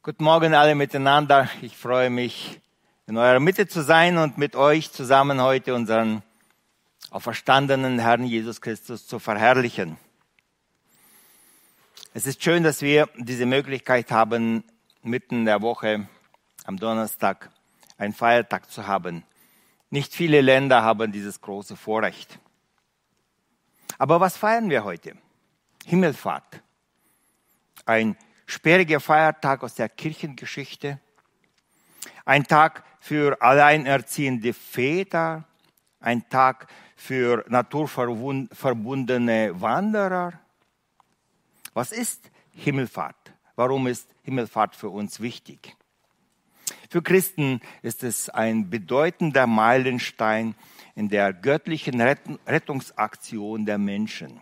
Guten Morgen alle miteinander. Ich freue mich, in eurer Mitte zu sein und mit euch zusammen heute unseren auferstandenen Herrn Jesus Christus zu verherrlichen. Es ist schön, dass wir diese Möglichkeit haben, mitten in der Woche am Donnerstag einen Feiertag zu haben. Nicht viele Länder haben dieses große Vorrecht. Aber was feiern wir heute? Himmelfahrt. Ein sperriger Feiertag aus der Kirchengeschichte. Ein Tag für alleinerziehende Väter. Ein Tag für naturverbundene Wanderer. Was ist Himmelfahrt? Warum ist Himmelfahrt für uns wichtig? Für Christen ist es ein bedeutender Meilenstein in der göttlichen Rettungsaktion der Menschen.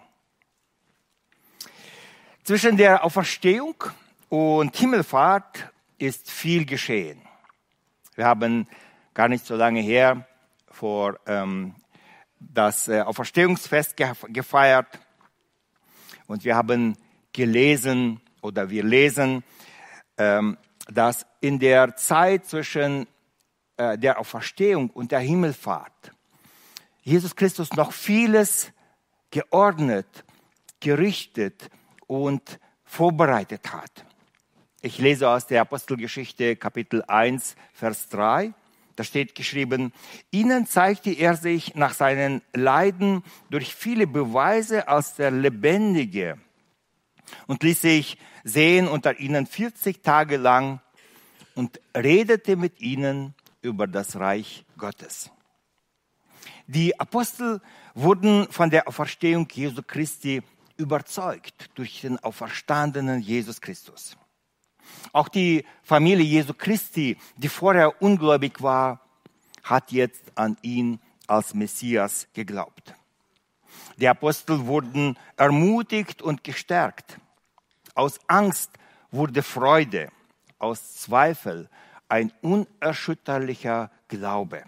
Zwischen der Auferstehung und Himmelfahrt ist viel geschehen. Wir haben gar nicht so lange her das Auferstehungsfest gefeiert und wir haben gelesen oder wir lesen, dass in der Zeit zwischen der Auferstehung und der Himmelfahrt Jesus Christus noch vieles geordnet, gerichtet und vorbereitet hat. Ich lese aus der Apostelgeschichte Kapitel 1, Vers 3. Da steht geschrieben: Ihnen zeigte er sich nach seinen Leiden durch viele Beweise als der Lebendige und ließ sich sehen unter ihnen 40 Tage lang und redete mit ihnen über das Reich Gottes. Die Apostel wurden von der Auferstehung Jesu Christi überzeugt durch den auferstandenen Jesus Christus. Auch die Familie Jesu Christi, die vorher ungläubig war, hat jetzt an ihn als Messias geglaubt. Die Apostel wurden ermutigt und gestärkt. Aus Angst wurde Freude, aus Zweifel ein unerschütterlicher Glaube.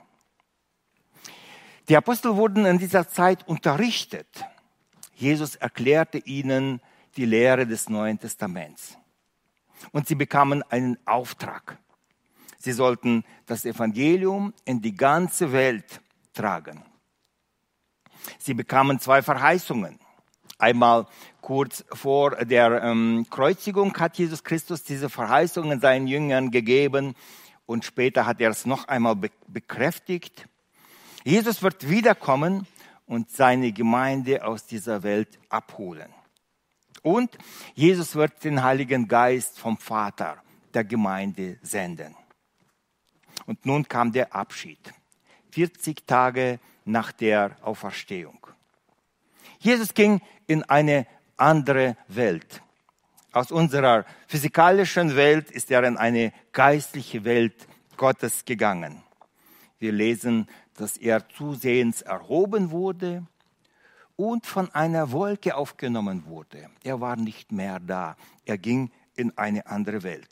Die Apostel wurden in dieser Zeit unterrichtet. Jesus erklärte ihnen die Lehre des Neuen Testaments. Und sie bekamen einen Auftrag. Sie sollten das Evangelium in die ganze Welt tragen. Sie bekamen 2 Verheißungen. Einmal kurz vor der Kreuzigung hat Jesus Christus diese Verheißungen seinen Jüngern gegeben und später hat er es noch einmal bekräftigt. Jesus wird wiederkommen und seine Gemeinde aus dieser Welt abholen. Und Jesus wird den Heiligen Geist vom Vater der Gemeinde senden. Und nun kam der Abschied, 40 Tage nach der Auferstehung. Jesus ging in eine andere Welt. Aus unserer physikalischen Welt ist er in eine geistliche Welt Gottes gegangen. Wir lesen, dass er zusehends erhoben wurde und von einer Wolke aufgenommen wurde. Er war nicht mehr da. Er ging in eine andere Welt.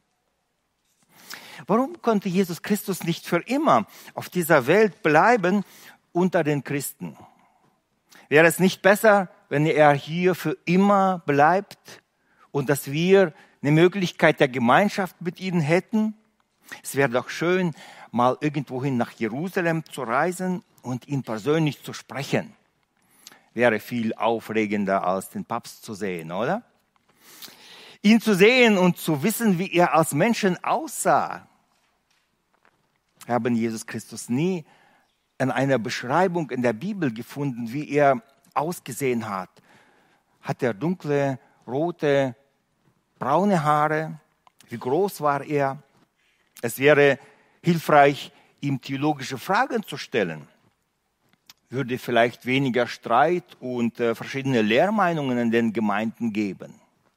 Warum konnte Jesus Christus nicht für immer auf dieser Welt bleiben unter den Christen? Wäre es nicht besser, wenn er hier für immer bleibt und dass wir eine Möglichkeit der Gemeinschaft mit ihm hätten? Es wäre doch schön, mal irgendwohin nach Jerusalem zu reisen und ihn persönlich zu sprechen. Wäre viel aufregender, als den Papst zu sehen, oder? Ihn zu sehen und zu wissen, wie er als Menschen aussah. Wir haben Jesus Christus nie in einer Beschreibung in der Bibel gefunden, wie er ausgesehen hat. Hat er dunkle, rote, braune Haare? Wie groß war er? Es wäre hilfreich, ihm theologische Fragen zu stellen. Würde vielleicht weniger Streit und verschiedene Lehrmeinungen in den Gemeinden geben.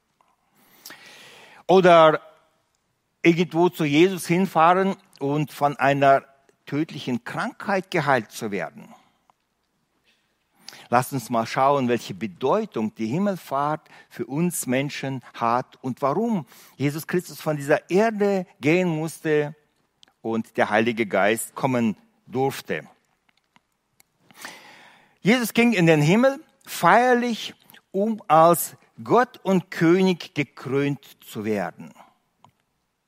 Oder irgendwo zu Jesus hinfahren und von einer tödlichen Krankheit geheilt zu werden. Lasst uns mal schauen, welche Bedeutung die Himmelfahrt für uns Menschen hat und warum Jesus Christus von dieser Erde gehen musste und der Heilige Geist kommen durfte. Jesus ging in den Himmel feierlich, um als Gott und König gekrönt zu werden.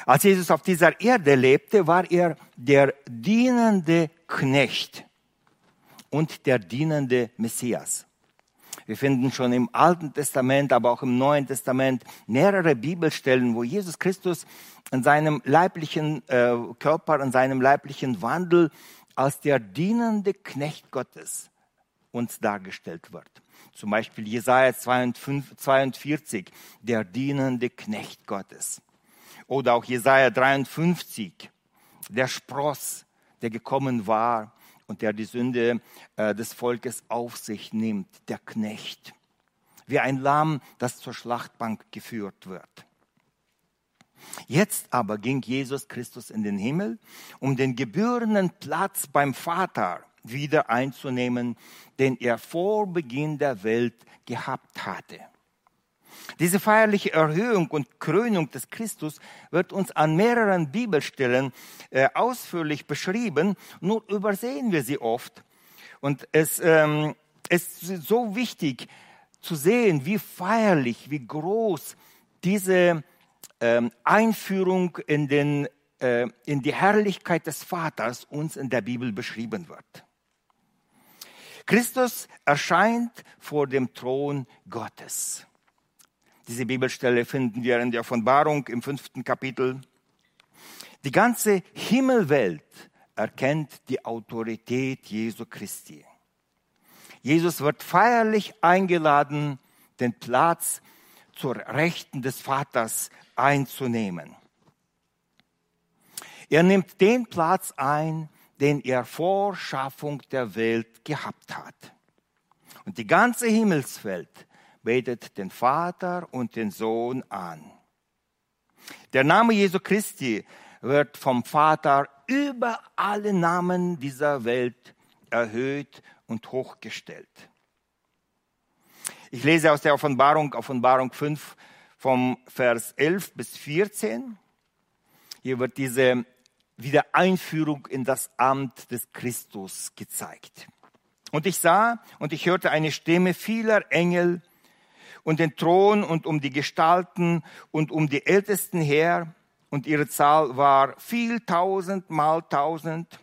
Als Jesus auf dieser Erde lebte, war er der dienende Knecht und der dienende Messias. Wir finden schon im Alten Testament, aber auch im Neuen Testament mehrere Bibelstellen, wo Jesus Christus in seinem leiblichen Körper, in seinem leiblichen Wandel als der dienende Knecht Gottes uns dargestellt wird. Zum Beispiel Jesaja 42, der dienende Knecht Gottes. Oder auch Jesaja 53, der Spross, der gekommen war und der die Sünde des Volkes auf sich nimmt, der Knecht. Wie ein Lamm, das zur Schlachtbank geführt wird. Jetzt aber ging Jesus Christus in den Himmel, um den gebührenden Platz beim Vater wieder einzunehmen, den er vor Beginn der Welt gehabt hatte. Diese feierliche Erhöhung und Krönung des Christus wird uns an mehreren Bibelstellen ausführlich beschrieben, nur übersehen wir sie oft. Und es ist so wichtig zu sehen, wie feierlich, wie groß diese Einführung in die Herrlichkeit des Vaters uns in der Bibel beschrieben wird. Christus erscheint vor dem Thron Gottes. Diese Bibelstelle finden wir in der Offenbarung im 5. Kapitel. Die ganze Himmelwelt erkennt die Autorität Jesu Christi. Jesus wird feierlich eingeladen, den Platz zur Rechten des Vaters einzunehmen. Er nimmt den Platz ein, den er vor Schaffung der Welt gehabt hat. Und die ganze Himmelswelt betet den Vater und den Sohn an. Der Name Jesu Christi wird vom Vater über alle Namen dieser Welt erhöht und hochgestellt. Ich lese aus der Offenbarung 5, vom Vers 11 bis 14. Hier wird diese Wiedereinführung in das Amt des Christus gezeigt. Und ich sah und ich hörte eine Stimme vieler Engel und den Thron und um die Gestalten und um die Ältesten her, und ihre Zahl war viel tausend mal tausend.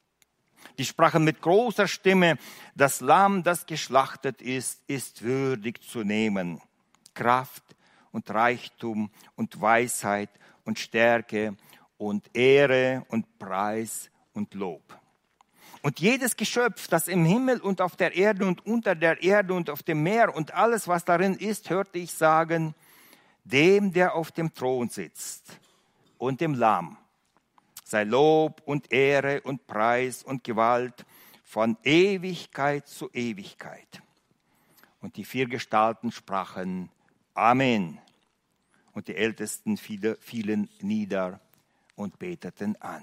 Die sprachen mit großer Stimme: Das Lamm, das geschlachtet ist, ist würdig zu nehmen. Kraft und Reichtum und Weisheit und Stärke und Ehre und Preis und Lob. Und jedes Geschöpf, das im Himmel und auf der Erde und unter der Erde und auf dem Meer und alles, was darin ist, hörte ich sagen: Dem, der auf dem Thron sitzt und dem Lamm, sei Lob und Ehre und Preis und Gewalt von Ewigkeit zu Ewigkeit. Und die 4 Gestalten sprachen: Amen. Und die Ältesten fielen nieder und beteten an.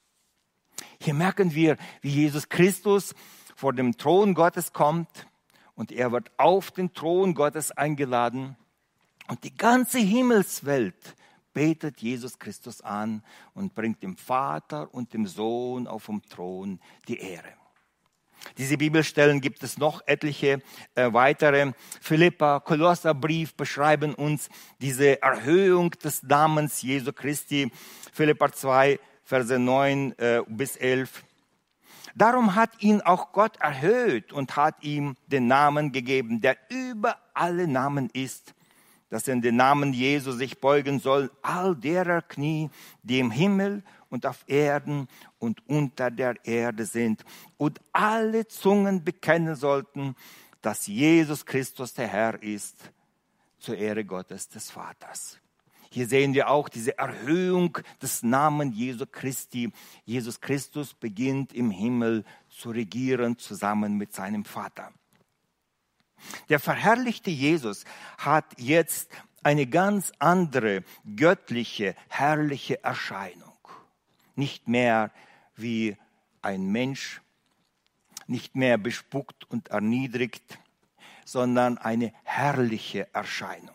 Hier merken wir, wie Jesus Christus vor dem Thron Gottes kommt und er wird auf den Thron Gottes eingeladen und die ganze Himmelswelt betet Jesus Christus an und bringt dem Vater und dem Sohn auf dem Thron die Ehre. Diese Bibelstellen gibt es noch etliche weitere. Philipper, Kolosserbrief beschreiben uns diese Erhöhung des Namens Jesu Christi. Philipper 2, Verse 9 bis 11. Darum hat ihn auch Gott erhöht und hat ihm den Namen gegeben, der über alle Namen ist, dass in den Namen Jesu sich beugen soll all derer Knie, die im Himmel und auf Erden und unter der Erde sind, und alle Zungen bekennen sollten, dass Jesus Christus der Herr ist, zur Ehre Gottes des Vaters. Hier sehen wir auch diese Erhöhung des Namens Jesu Christi. Jesus Christus beginnt im Himmel zu regieren zusammen mit seinem Vater. Der verherrlichte Jesus hat jetzt eine ganz andere, göttliche, herrliche Erscheinung. Nicht mehr wie ein Mensch, nicht mehr bespuckt und erniedrigt, sondern eine herrliche Erscheinung.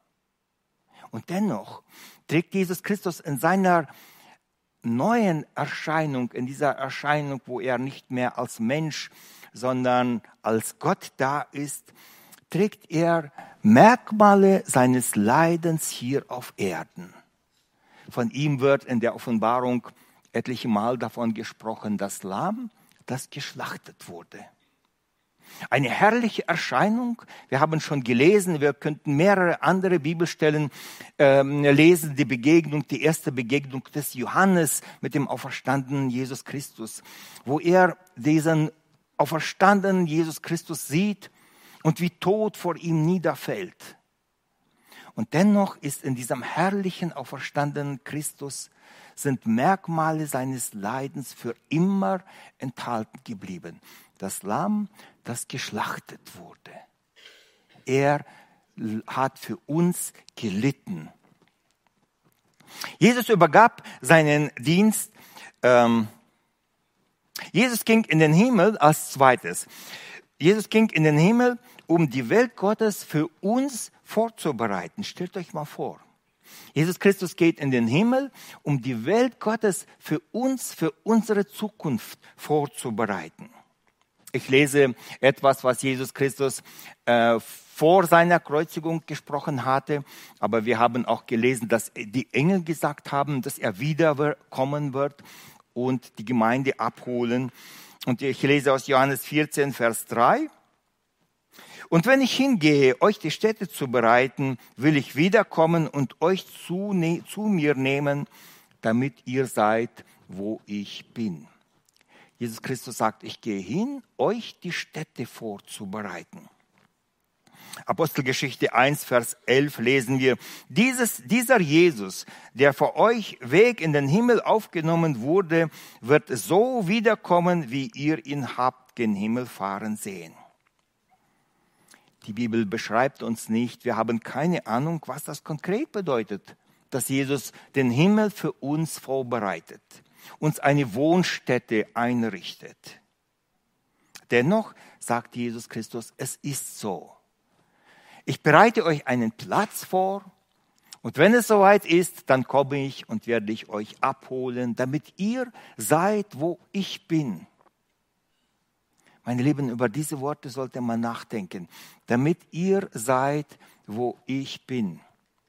Und dennoch trägt Jesus Christus in seiner neuen Erscheinung, in dieser Erscheinung, wo er nicht mehr als Mensch, sondern als Gott da ist, trägt er Merkmale seines Leidens hier auf Erden. Von ihm wird in der Offenbarung etliche Mal davon gesprochen, das Lamm, das geschlachtet wurde. Eine herrliche Erscheinung. Wir haben schon gelesen, wir könnten mehrere andere Bibelstellen lesen. Die erste Begegnung des Johannes mit dem auferstandenen Jesus Christus, wo er diesen auferstandenen Jesus Christus sieht und wie tot vor ihm niederfällt. Und dennoch ist in diesem herrlichen auferstandenen Christus sind Merkmale seines Leidens für immer enthalten geblieben. Das Lamm, das geschlachtet wurde. Er hat für uns gelitten. Jesus übergab seinen Dienst. Jesus ging in den Himmel als zweites. Jesus ging in den Himmel, um die Welt Gottes für uns vorzubereiten. Stellt euch mal vor. Jesus Christus geht in den Himmel, um die Welt Gottes für uns, für unsere Zukunft vorzubereiten. Ich lese etwas, was Jesus Christus vor seiner Kreuzigung gesprochen hatte. Aber wir haben auch gelesen, dass die Engel gesagt haben, dass er wiederkommen wird und die Gemeinde abholen. Und ich lese aus Johannes 14, Vers 3. Und wenn ich hingehe, euch die Stätte zu bereiten, will ich wiederkommen und euch zu mir nehmen, damit ihr seid, wo ich bin. Jesus Christus sagt, ich gehe hin, euch die Stätte vorzubereiten. Apostelgeschichte 1, Vers 11 lesen wir, dieser Jesus, der vor euch Weg in den Himmel aufgenommen wurde, wird so wiederkommen, wie ihr ihn habt gen Himmel fahren sehen. Die Bibel beschreibt uns nicht, wir haben keine Ahnung, was das konkret bedeutet, dass Jesus den Himmel für uns vorbereitet, uns eine Wohnstätte einrichtet. Dennoch sagt Jesus Christus, es ist so. Ich bereite euch einen Platz vor und wenn es soweit ist, dann komme ich und werde ich euch abholen, damit ihr seid, wo ich bin. Meine Lieben, über diese Worte sollte man nachdenken. Damit ihr seid, wo ich bin.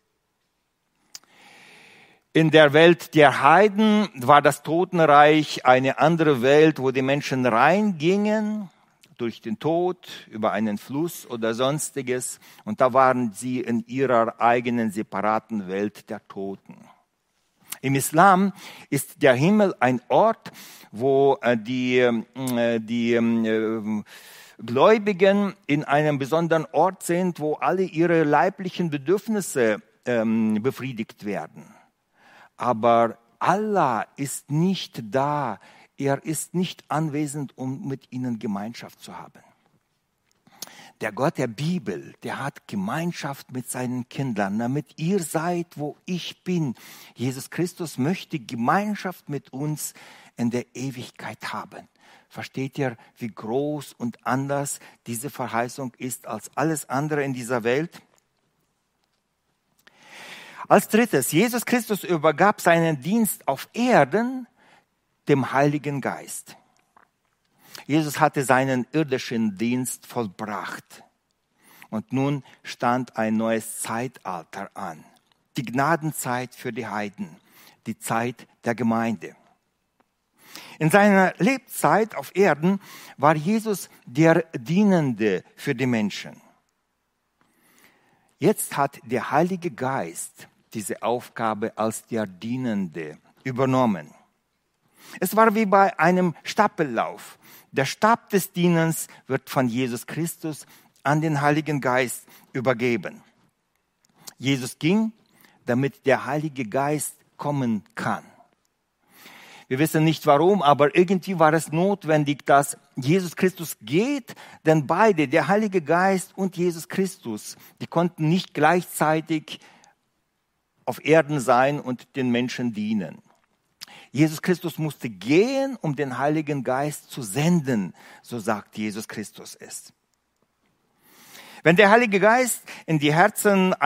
In der Welt der Heiden war das Totenreich eine andere Welt, wo die Menschen reingingen, durch den Tod, über einen Fluss oder sonstiges. Und da waren sie in ihrer eigenen separaten Welt der Toten. Im Islam ist der Himmel ein Ort, wo die Gläubigen in einem besonderen Ort sind, wo alle ihre leiblichen Bedürfnisse befriedigt werden. Aber Allah ist nicht da, er ist nicht anwesend, um mit ihnen Gemeinschaft zu haben. Der Gott der Bibel, der hat Gemeinschaft mit seinen Kindern, damit ihr seid, wo ich bin. Jesus Christus möchte Gemeinschaft mit uns in der Ewigkeit haben. Versteht ihr, wie groß und anders diese Verheißung ist als alles andere in dieser Welt? Als drittes, Jesus Christus übergab seinen Dienst auf Erden dem Heiligen Geist. Jesus hatte seinen irdischen Dienst vollbracht. Und nun stand ein neues Zeitalter an. Die Gnadenzeit für die Heiden, die Zeit der Gemeinde. In seiner Lebzeit auf Erden war Jesus der Dienende für die Menschen. Jetzt hat der Heilige Geist diese Aufgabe als der Dienende übernommen. Es war wie bei einem Stapellauf. Der Stab des Dienens wird von Jesus Christus an den Heiligen Geist übergeben. Jesus ging, damit der Heilige Geist kommen kann. Wir wissen nicht warum, aber irgendwie war es notwendig, dass Jesus Christus geht, denn beide, der Heilige Geist und Jesus Christus, die konnten nicht gleichzeitig auf Erden sein und den Menschen dienen. Jesus Christus musste gehen, um den Heiligen Geist zu senden, so sagt Jesus Christus es. Wenn der Heilige Geist in das Herz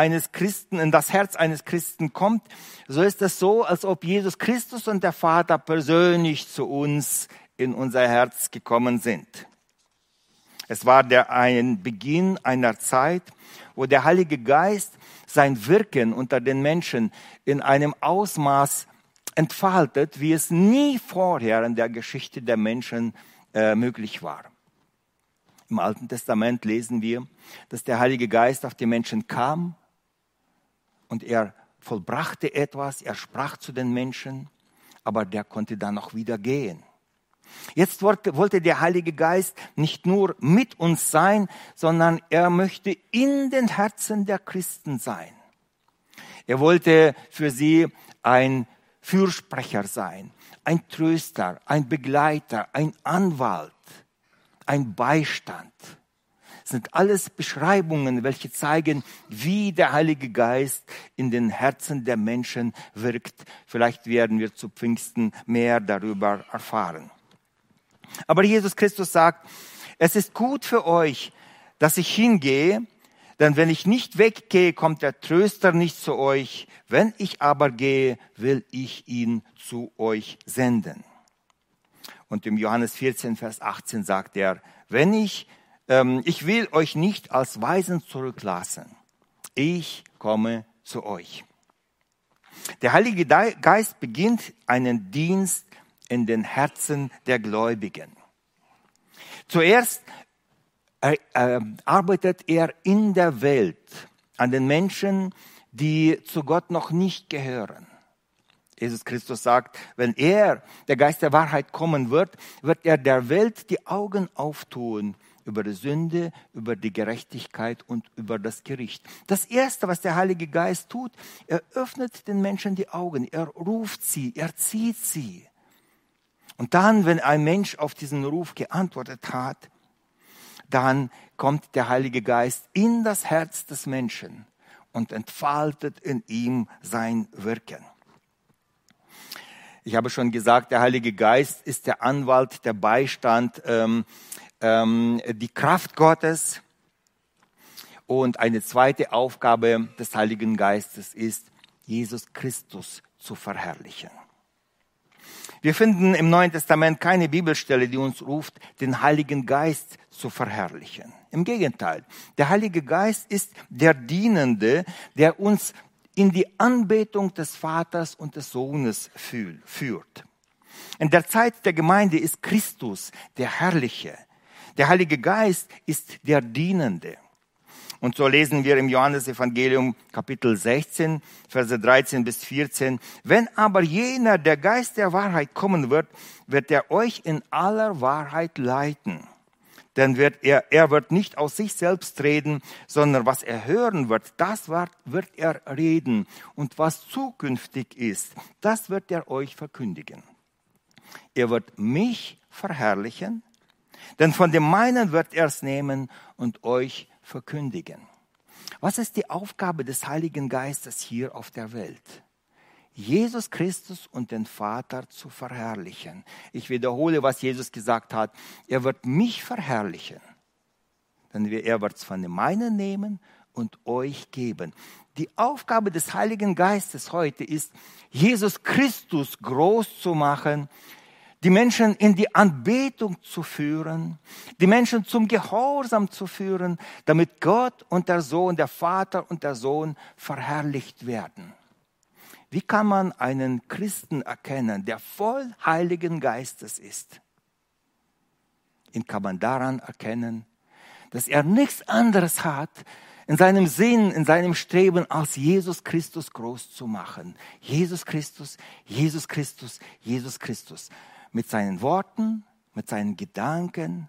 eines Christen kommt, so ist es so, als ob Jesus Christus und der Vater persönlich zu uns in unser Herz gekommen sind. Es war ein Beginn einer Zeit, wo der Heilige Geist sein Wirken unter den Menschen in einem Ausmaß entfaltet, wie es nie vorher in der Geschichte der Menschen möglich war. Im Alten Testament lesen wir, dass der Heilige Geist auf die Menschen kam und er vollbrachte etwas, er sprach zu den Menschen, aber der konnte dann auch wieder gehen. Jetzt wollte der Heilige Geist nicht nur mit uns sein, sondern er möchte in den Herzen der Christen sein. Er wollte für sie ein Fürsprecher sein, ein Tröster, ein Begleiter, ein Anwalt, ein Beistand. Das sind alles Beschreibungen, welche zeigen, wie der Heilige Geist in den Herzen der Menschen wirkt. Vielleicht werden wir zu Pfingsten mehr darüber erfahren. Aber Jesus Christus sagt, es ist gut für euch, dass ich hingehe, denn wenn ich nicht weggehe, kommt der Tröster nicht zu euch. Wenn ich aber gehe, will ich ihn zu euch senden. Und im Johannes 14, Vers 18 sagt er, ich will euch nicht als Waisen zurücklassen. Ich komme zu euch. Der Heilige Geist beginnt einen Dienst in den Herzen der Gläubigen. Zuerst arbeitet er in der Welt an den Menschen, die zu Gott noch nicht gehören. Jesus Christus sagt, wenn der Geist der Wahrheit kommen wird, wird er der Welt die Augen auftun über die Sünde, über die Gerechtigkeit und über das Gericht. Das Erste, was der Heilige Geist tut, er öffnet den Menschen die Augen, er ruft sie, er zieht sie. Und dann, wenn ein Mensch auf diesen Ruf geantwortet hat, dann kommt der Heilige Geist in das Herz des Menschen und entfaltet in ihm sein Wirken. Ich habe schon gesagt, der Heilige Geist ist der Anwalt, der Beistand, die Kraft Gottes. Und eine zweite Aufgabe des Heiligen Geistes ist, Jesus Christus zu verherrlichen. Wir finden im Neuen Testament keine Bibelstelle, die uns ruft, den Heiligen Geist zu verherrlichen. Im Gegenteil, der Heilige Geist ist der Dienende, der uns in die Anbetung des Vaters und des Sohnes führt. In der Zeit der Gemeinde ist Christus der Herrliche. Der Heilige Geist ist der Dienende. Und so lesen wir im Johannesevangelium Kapitel 16, Verse 13 bis 14. Wenn aber jener, der Geist der Wahrheit kommen wird, wird er euch in aller Wahrheit leiten. Denn er wird nicht aus sich selbst reden, sondern was er hören wird, das wird er reden. Und was zukünftig ist, das wird er euch verkündigen. Er wird mich verherrlichen, denn von dem meinen wird er es nehmen und euch verkündigen. Was ist die Aufgabe des Heiligen Geistes hier auf der Welt? Jesus Christus und den Vater zu verherrlichen. Ich wiederhole, was Jesus gesagt hat. Er wird mich verherrlichen, denn er wird es von dem meinen nehmen und euch geben. Die Aufgabe des Heiligen Geistes heute ist, Jesus Christus groß zu machen, die Menschen in die Anbetung zu führen, die Menschen zum Gehorsam zu führen, damit Gott und der Sohn, der Vater und der Sohn verherrlicht werden. Wie kann man einen Christen erkennen, der voll Heiligen Geistes ist? Ihn kann man daran erkennen, dass er nichts anderes hat in seinem Sinn, in seinem Streben, als Jesus Christus groß zu machen. Jesus Christus, Jesus Christus, Jesus Christus. Mit seinen Worten, mit seinen Gedanken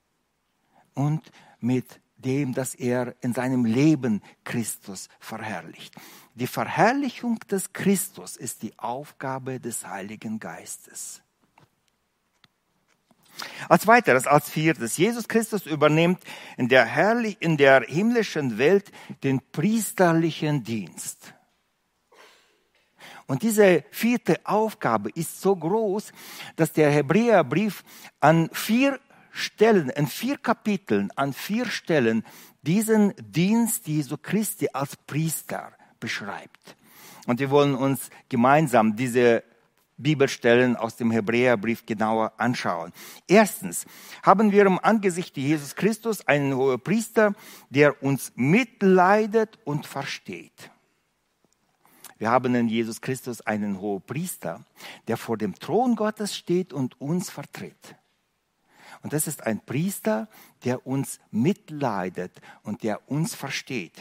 und mit dem, dass er in seinem Leben Christus verherrlicht. Die Verherrlichung des Christus ist die Aufgabe des Heiligen Geistes. Als viertes, Jesus Christus übernimmt in der himmlischen Welt den priesterlichen Dienst. Und diese vierte Aufgabe ist so groß, dass der Hebräerbrief in 4 Kapiteln, an 4 Stellen diesen Dienst Jesu Christi als Priester beschreibt. Und wir wollen uns gemeinsam diese Bibelstellen aus dem Hebräerbrief genauer anschauen. Erstens haben wir im Angesicht Jesus Christus einen Hohepriester, der uns mitleidet und versteht. Wir haben in Jesus Christus einen Hohepriester, der vor dem Thron Gottes steht und uns vertritt. Und das ist ein Priester, der uns mitleidet und der uns versteht.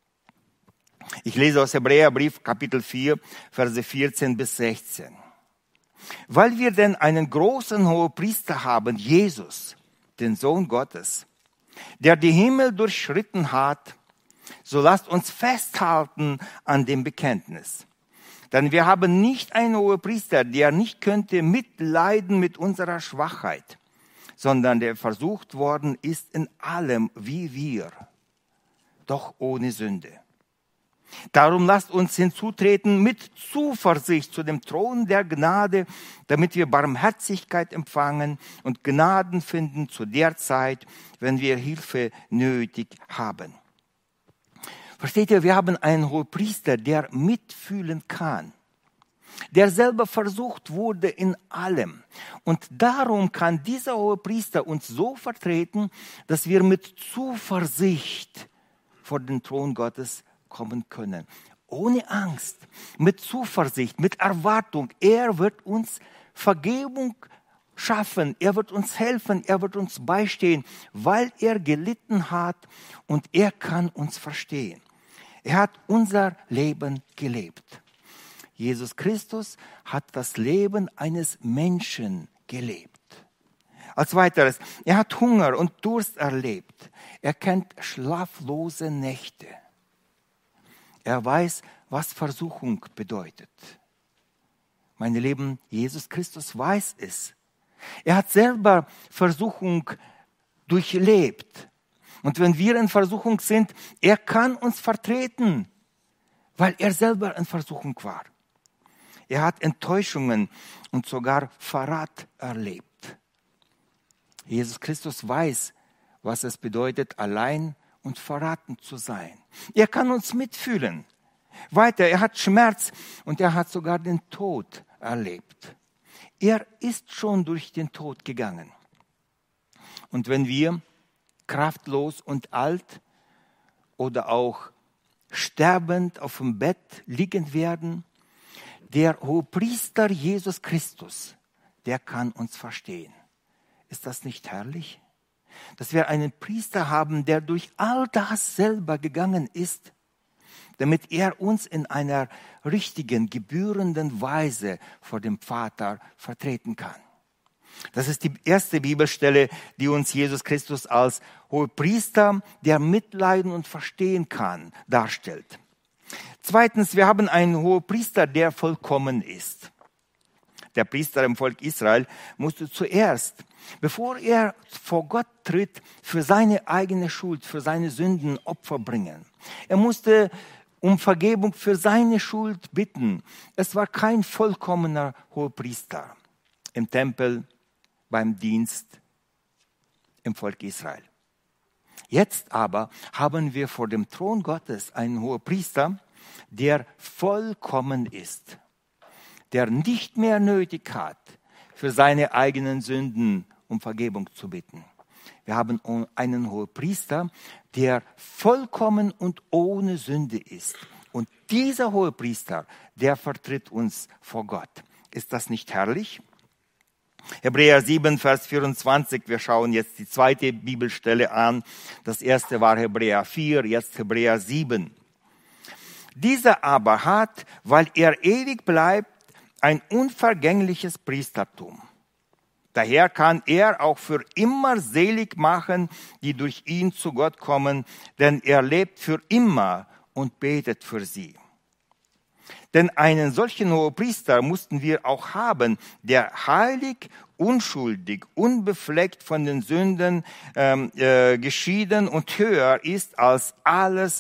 Ich lese aus Hebräerbrief, Kapitel 4, Verse 14 bis 16. Weil wir denn einen großen Hohepriester haben, Jesus, den Sohn Gottes, der die Himmel durchschritten hat, so lasst uns festhalten an dem Bekenntnis. Denn wir haben nicht einen Hohepriester, der nicht könnte mitleiden mit unserer Schwachheit, sondern der versucht worden ist in allem wie wir, doch ohne Sünde. Darum lasst uns hinzutreten mit Zuversicht zu dem Thron der Gnade, damit wir Barmherzigkeit empfangen und Gnaden finden zu der Zeit, wenn wir Hilfe nötig haben. Versteht ihr, wir haben einen Hohepriester, der mitfühlen kann, der selber versucht wurde in allem. Und darum kann dieser Hohepriester uns so vertreten, dass wir mit Zuversicht vor den Thron Gottes kommen können. Ohne Angst, mit Zuversicht, mit Erwartung. Er wird uns Vergebung schaffen, er wird uns helfen, er wird uns beistehen, weil er gelitten hat und er kann uns verstehen. Er hat unser Leben gelebt. Jesus Christus hat das Leben eines Menschen gelebt. Als weiteres, er hat Hunger und Durst erlebt. Er kennt schlaflose Nächte. Er weiß, was Versuchung bedeutet. Meine Lieben, Jesus Christus weiß es. Er hat selber Versuchung durchlebt. Und wenn wir in Versuchung sind, er kann uns vertreten, weil er selber in Versuchung war. Er hat Enttäuschungen und sogar Verrat erlebt. Jesus Christus weiß, was es bedeutet, allein und verraten zu sein. Er kann uns mitfühlen. Weiter, er hat Schmerz und er hat sogar den Tod erlebt. Er ist schon durch den Tod gegangen. Und wenn wir kraftlos und alt oder auch sterbend auf dem Bett liegen werden, der Hohepriester Jesus Christus, der kann uns verstehen. Ist das nicht herrlich? Dass wir einen Priester haben, der durch all das selber gegangen ist, damit er uns in einer richtigen, gebührenden Weise vor dem Vater vertreten kann. Das ist die erste Bibelstelle, die uns Jesus Christus als Hohepriester, der mitleiden und verstehen kann, darstellt. Zweitens, wir haben einen Hohepriester, der vollkommen ist. Der Priester im Volk Israel musste zuerst, bevor er vor Gott tritt, für seine eigene Schuld, für seine Sünden Opfer bringen. Er musste um Vergebung für seine Schuld bitten. Es war kein vollkommener Hohepriester im Tempel, beim Dienst im Volk Israel. Jetzt aber haben wir vor dem Thron Gottes einen Hohepriester, der vollkommen ist, der nicht mehr nötig hat, für seine eigenen Sünden um Vergebung zu bitten. Wir haben einen Hohepriester, der vollkommen und ohne Sünde ist. Und dieser Hohepriester, der vertritt uns vor Gott. Ist das nicht herrlich? Hebräer 7, Vers 24, wir schauen jetzt die zweite Bibelstelle an. Das erste war Hebräer 4, jetzt Hebräer 7. Dieser aber hat, weil er ewig bleibt, ein unvergängliches Priestertum. Daher kann er auch für immer selig machen, die durch ihn zu Gott kommen, denn er lebt für immer und betet für sie. Denn einen solchen Hohepriester mussten wir auch haben, der heilig, unschuldig, unbefleckt von den Sünden geschieden und höher ist als alles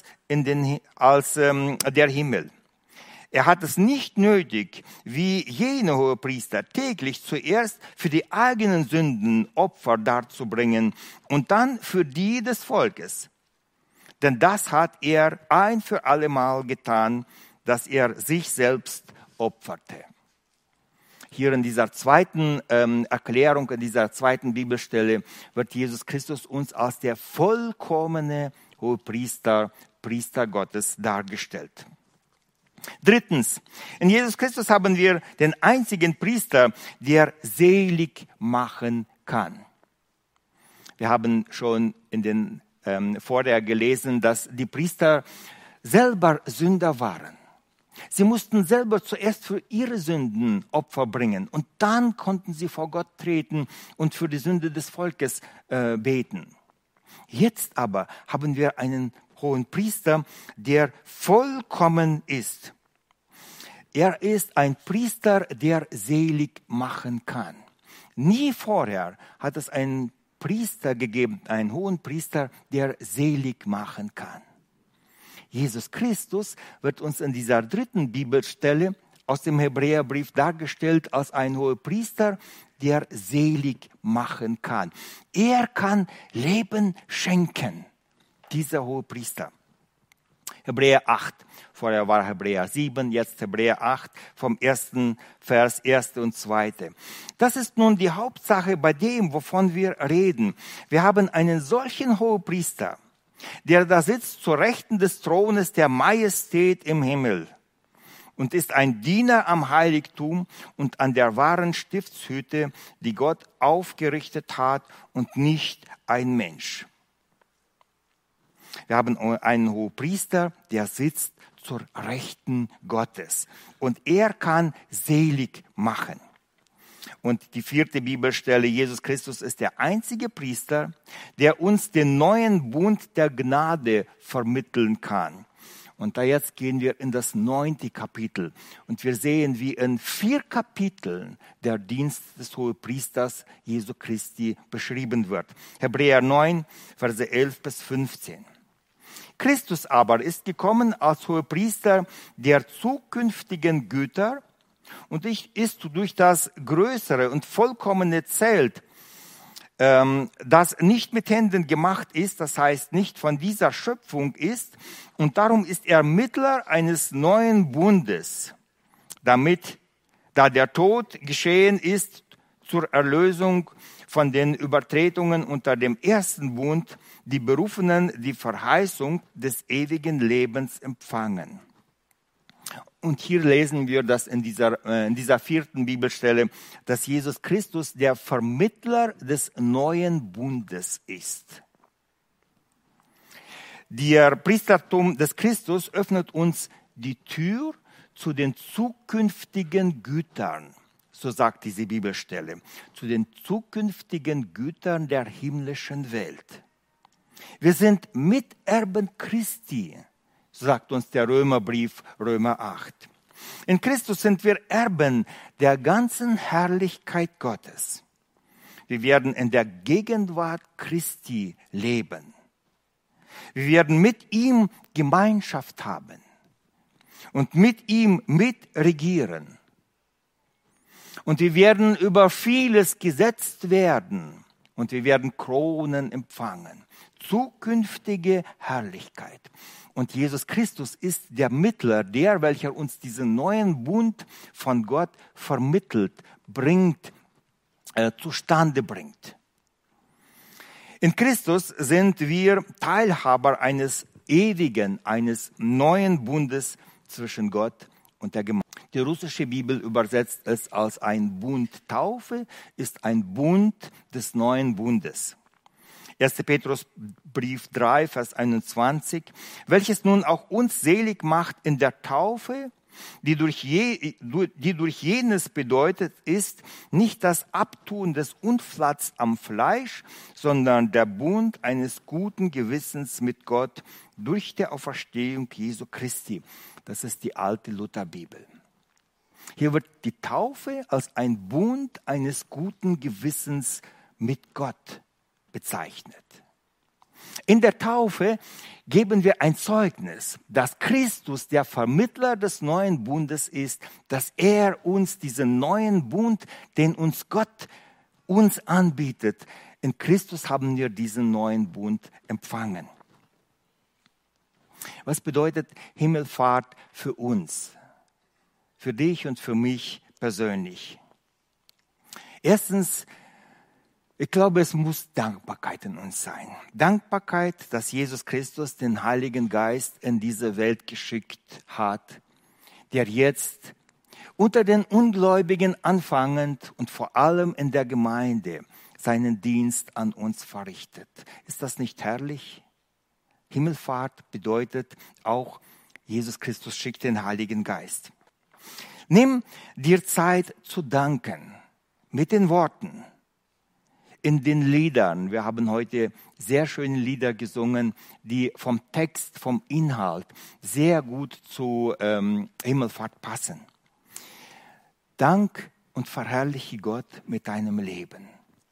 als der Himmel. Er hat es nicht nötig, wie jene Hohepriester, täglich zuerst für die eigenen Sünden Opfer darzubringen und dann für die des Volkes. Denn das hat er ein für allemal getan, dass er sich selbst opferte. Hier in dieser zweiten Erklärung, in dieser zweiten Bibelstelle wird Jesus Christus uns als der vollkommene Hohepriester, Priester Gottes dargestellt. Drittens, in Jesus Christus haben wir den einzigen Priester, der selig machen kann. Wir haben schon vorher gelesen, dass die Priester selber Sünder waren. Sie mussten selber zuerst für ihre Sünden Opfer bringen und dann konnten sie vor Gott treten und für die Sünde des Volkes beten. Jetzt aber haben wir einen hohen Priester, der vollkommen ist. Er ist ein Priester, der selig machen kann. Nie vorher hat es einen Priester gegeben, einen hohen Priester, der selig machen kann. Jesus Christus wird uns in dieser dritten Bibelstelle aus dem Hebräerbrief dargestellt als ein hoher Priester, der selig machen kann. Er kann Leben schenken, dieser hohe Priester. Hebräer 8, vorher war Hebräer 7, jetzt Hebräer 8, vom ersten Vers, 1. und 2. Das ist nun die Hauptsache bei dem, wovon wir reden. Wir haben einen solchen Hohepriester, der da sitzt zur Rechten des Thrones der Majestät im Himmel und ist ein Diener am Heiligtum und an der wahren Stiftshütte, die Gott aufgerichtet hat und nicht ein Mensch. Wir haben einen Hohepriester, der sitzt zur Rechten Gottes und er kann selig machen. Und die vierte Bibelstelle, Jesus Christus ist der einzige Priester, der uns den neuen Bund der Gnade vermitteln kann. Und da jetzt gehen wir in das 9. Kapitel und wir sehen, wie in 4 Kapiteln der Dienst des Hohepriesters Jesu Christi beschrieben wird. Hebräer 9, Verse 11 bis 15. Christus aber ist gekommen als Hohepriester der zukünftigen Güter und ist durch das größere und vollkommene Zelt, das nicht mit Händen gemacht ist, das heißt nicht von dieser Schöpfung ist, und darum ist er Mittler eines neuen Bundes, da der Tod geschehen ist zur Erlösung von den Übertretungen unter dem ersten Bund, die Berufenen die Verheißung des ewigen Lebens empfangen. Und hier lesen wir, dass in dieser 4. Bibelstelle, dass Jesus Christus der Vermittler des neuen Bundes ist. Der Priestertum des Christus öffnet uns die Tür zu den zukünftigen Gütern, so sagt diese Bibelstelle, zu den zukünftigen Gütern der himmlischen Welt. Wir sind Miterben Christi, sagt uns der Römerbrief, Römer 8. In Christus sind wir Erben der ganzen Herrlichkeit Gottes. Wir werden in der Gegenwart Christi leben. Wir werden mit ihm Gemeinschaft haben und mit ihm mitregieren. Und wir werden über vieles gesetzt werden und wir werden Kronen empfangen. Zukünftige Herrlichkeit. Und Jesus Christus ist der Mittler, welcher uns diesen neuen Bund von Gott vermittelt, zustande bringt. In Christus sind wir Teilhaber eines ewigen, eines neuen Bundes zwischen Gott und der Gemeinde. Die russische Bibel übersetzt es als ein Bund. Taufe ist ein Bund des neuen Bundes. 1. Petrusbrief 3, Vers 21, welches nun auch uns selig macht in der Taufe, die durch jenes bedeutet ist, nicht das Abtun des Unflatts am Fleisch, sondern der Bund eines guten Gewissens mit Gott durch die Auferstehung Jesu Christi. Das ist die alte Lutherbibel. Hier wird die Taufe als ein Bund eines guten Gewissens mit Gott bezeichnet. In der Taufe geben wir ein Zeugnis, dass Christus der Vermittler des neuen Bundes ist, dass er uns diesen neuen Bund, den uns Gott uns anbietet, in Christus haben wir diesen neuen Bund empfangen. Was bedeutet Himmelfahrt für uns, für dich und für mich persönlich? Erstens, ich glaube, es muss Dankbarkeit in uns sein. Dankbarkeit, dass Jesus Christus den Heiligen Geist in diese Welt geschickt hat, der jetzt unter den Ungläubigen anfangend und vor allem in der Gemeinde seinen Dienst an uns verrichtet. Ist das nicht herrlich? Himmelfahrt bedeutet auch, Jesus Christus schickt den Heiligen Geist. Nimm dir Zeit zu danken mit den Worten. In den Liedern, wir haben heute sehr schöne Lieder gesungen, die vom Text, vom Inhalt sehr gut zu Himmelfahrt passen. Dank und verherrliche Gott mit deinem Leben.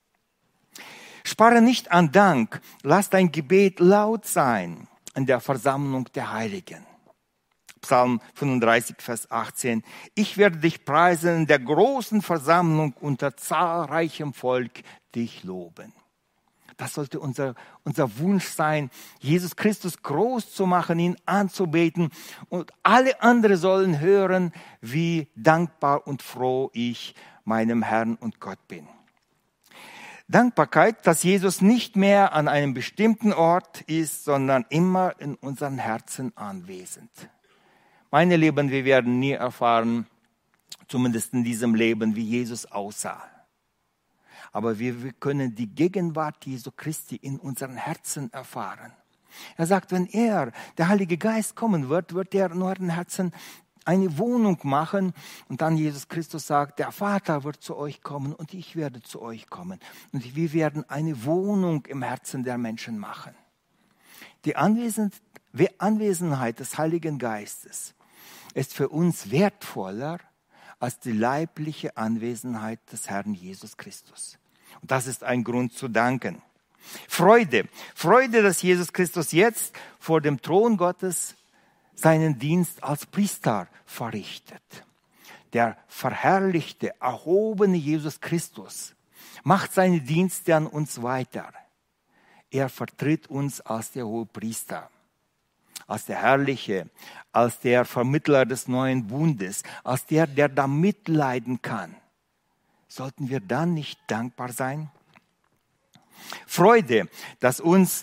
Spare nicht an Dank, lass dein Gebet laut sein in der Versammlung der Heiligen. Psalm 35, Vers 18. Ich werde dich preisen in der großen Versammlung unter zahlreichem Volk dich loben. Das sollte unser Wunsch sein, Jesus Christus groß zu machen, ihn anzubeten. Und alle anderen sollen hören, wie dankbar und froh ich meinem Herrn und Gott bin. Dankbarkeit, dass Jesus nicht mehr an einem bestimmten Ort ist, sondern immer in unseren Herzen anwesend. Meine Lieben, wir werden nie erfahren, zumindest in diesem Leben, wie Jesus aussah. Aber wir können die Gegenwart Jesu Christi in unseren Herzen erfahren. Er sagt, wenn der Heilige Geist kommen wird, wird er in euren Herzen eine Wohnung machen. Und dann Jesus Christus sagt, der Vater wird zu euch kommen und ich werde zu euch kommen. Und wir werden eine Wohnung im Herzen der Menschen machen. Die Anwesenheit des Heiligen Geistes ist für uns wertvoller als die leibliche Anwesenheit des Herrn Jesus Christus. Und das ist ein Grund zu danken. Freude, dass Jesus Christus jetzt vor dem Thron Gottes seinen Dienst als Priester verrichtet. Der verherrlichte, erhobene Jesus Christus macht seine Dienste an uns weiter. Er vertritt uns als der Hohepriester, als der Herrliche, als der Vermittler des neuen Bundes, als der da mitleiden kann. Sollten wir dann nicht dankbar sein? Freude, dass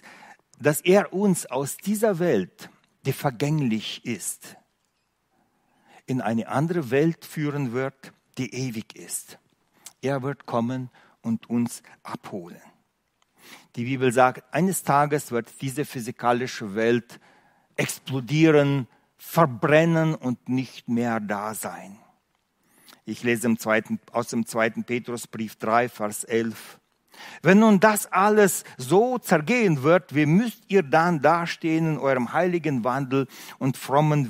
er uns aus dieser Welt, die vergänglich ist, in eine andere Welt führen wird, die ewig ist. Er wird kommen und uns abholen. Die Bibel sagt, eines Tages wird diese physikalische Welt explodieren, verbrennen und nicht mehr da sein. Ich lese aus dem 2. Petrusbrief 3, Vers 11. Wenn nun das alles so zergehen wird, wie müsst ihr dann dastehen in eurem heiligen Wandel und frommen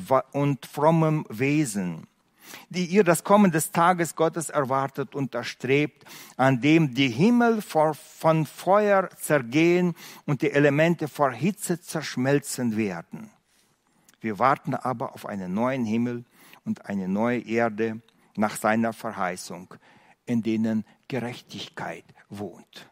Wesen, die ihr das Kommen des Tages Gottes erwartet und erstrebt, an dem die Himmel von Feuer zergehen und die Elemente vor Hitze zerschmelzen werden. Wir warten aber auf einen neuen Himmel und eine neue Erde nach seiner Verheißung, in denen Gerechtigkeit wohnt.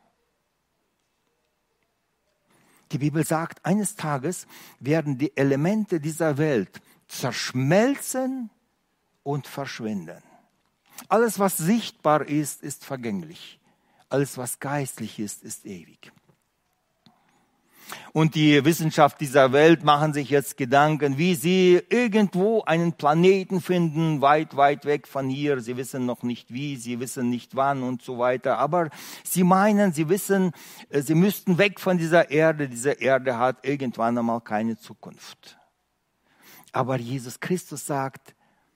Die Bibel sagt, eines Tages werden die Elemente dieser Welt zerschmelzen und verschwinden. Alles, was sichtbar ist, ist vergänglich. Alles, was geistlich ist ewig. Und die Wissenschaft dieser Welt machen sich jetzt Gedanken, wie sie irgendwo einen Planeten finden, weit, weit weg von hier. Sie wissen noch nicht wie, sie wissen nicht wann und so weiter. Aber sie meinen, sie wissen, sie müssten weg von dieser Erde. Diese Erde hat irgendwann einmal keine Zukunft. Aber Jesus Christus sagt,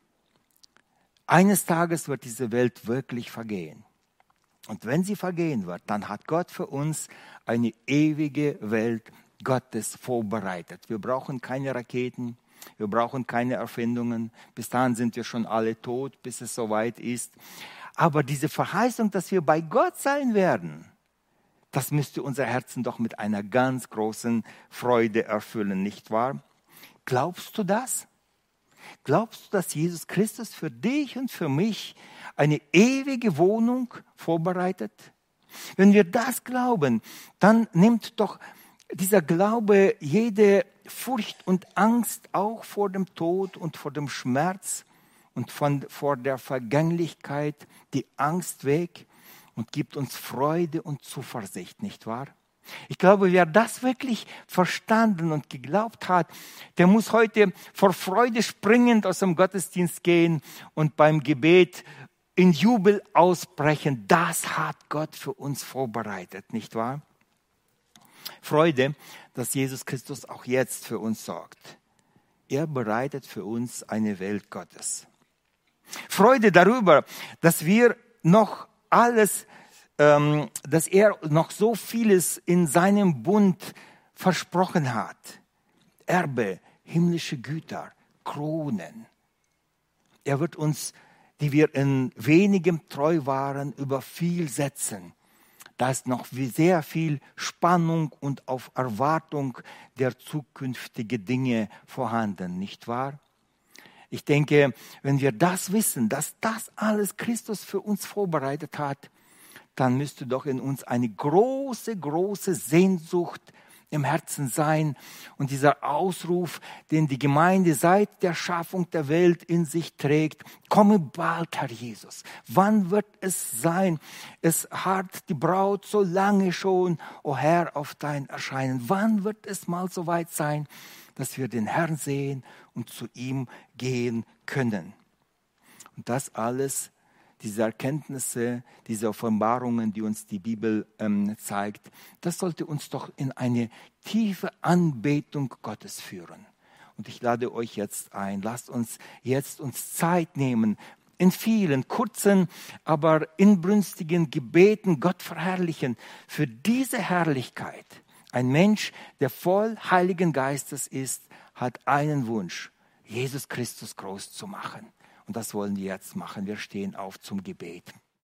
eines Tages wird diese Welt wirklich vergehen. Und wenn sie vergehen wird, dann hat Gott für uns eine ewige Welt Gottes vorbereitet. Wir brauchen keine Raketen, wir brauchen keine Erfindungen. Bis dahin sind wir schon alle tot, bis es soweit ist. Aber diese Verheißung, dass wir bei Gott sein werden, das müsste unser Herzen doch mit einer ganz großen Freude erfüllen, nicht wahr? Glaubst du das? Glaubst du, dass Jesus Christus für dich und für mich eine ewige Wohnung vorbereitet? Wenn wir das glauben, dann nimmt doch dieser Glaube jede Furcht und Angst auch vor dem Tod und vor dem Schmerz und vor der Vergänglichkeit, die Angst weg. und gibt uns Freude und Zuversicht, nicht wahr? Ich glaube, wer das wirklich verstanden und geglaubt hat, der muss heute vor Freude springend aus dem Gottesdienst gehen und beim Gebet in Jubel ausbrechen. Das hat Gott für uns vorbereitet, nicht wahr? Freude, dass Jesus Christus auch jetzt für uns sorgt. Er bereitet für uns eine Welt Gottes. Freude darüber, dass wir noch alles dass er noch so vieles in seinem Bund versprochen hat. Erbe, himmlische Güter, Kronen. Er wird uns, die wir in wenigem treu waren, über viel setzen. Da ist noch sehr viel Spannung und auf Erwartung der zukünftigen Dinge vorhanden, nicht wahr? Ich denke, wenn wir das wissen, dass das alles Christus für uns vorbereitet hat, dann müsste doch in uns eine große, große Sehnsucht im Herzen sein. Und dieser Ausruf, den die Gemeinde seit der Schaffung der Welt in sich trägt: Komme bald, Herr Jesus. Wann wird es sein? Es harrt die Braut so lange schon, o Herr, auf dein Erscheinen. Wann wird es mal so weit sein, dass wir den Herrn sehen und zu ihm gehen können? Und das alles, diese Erkenntnisse, diese Offenbarungen, die uns die Bibel zeigt, das sollte uns doch in eine tiefe Anbetung Gottes führen. Und ich lade euch jetzt ein, lasst uns jetzt Zeit nehmen, in vielen kurzen, aber inbrünstigen Gebeten Gott verherrlichen für diese Herrlichkeit. Ein Mensch, der voll Heiligen Geistes ist, hat einen Wunsch: Jesus Christus groß zu machen. Und das wollen wir jetzt machen. Wir stehen auf zum Gebet.